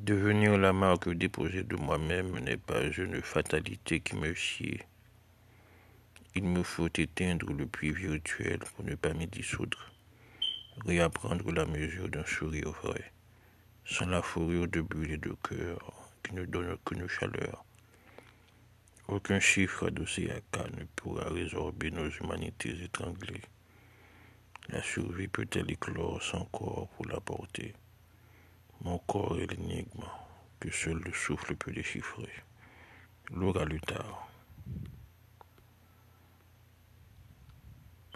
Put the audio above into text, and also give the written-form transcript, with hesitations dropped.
Devenir la marque déposée de moi-même n'est pas une fatalité qui me sied. Il me faut éteindre le puits virtuel pour ne pas m'y dissoudre, réapprendre la mesure d'un sourire vrai, sans la fourrure de bulles et de cœur qui ne donnent qu'une chaleur. Aucun chiffre adossé à K ne pourra résorber nos humanités étranglées. La survie peut-elle éclore sans corps pour la porter? Mon corps est l'énigme que seul le souffle peut déchiffrer. Laura Luthard.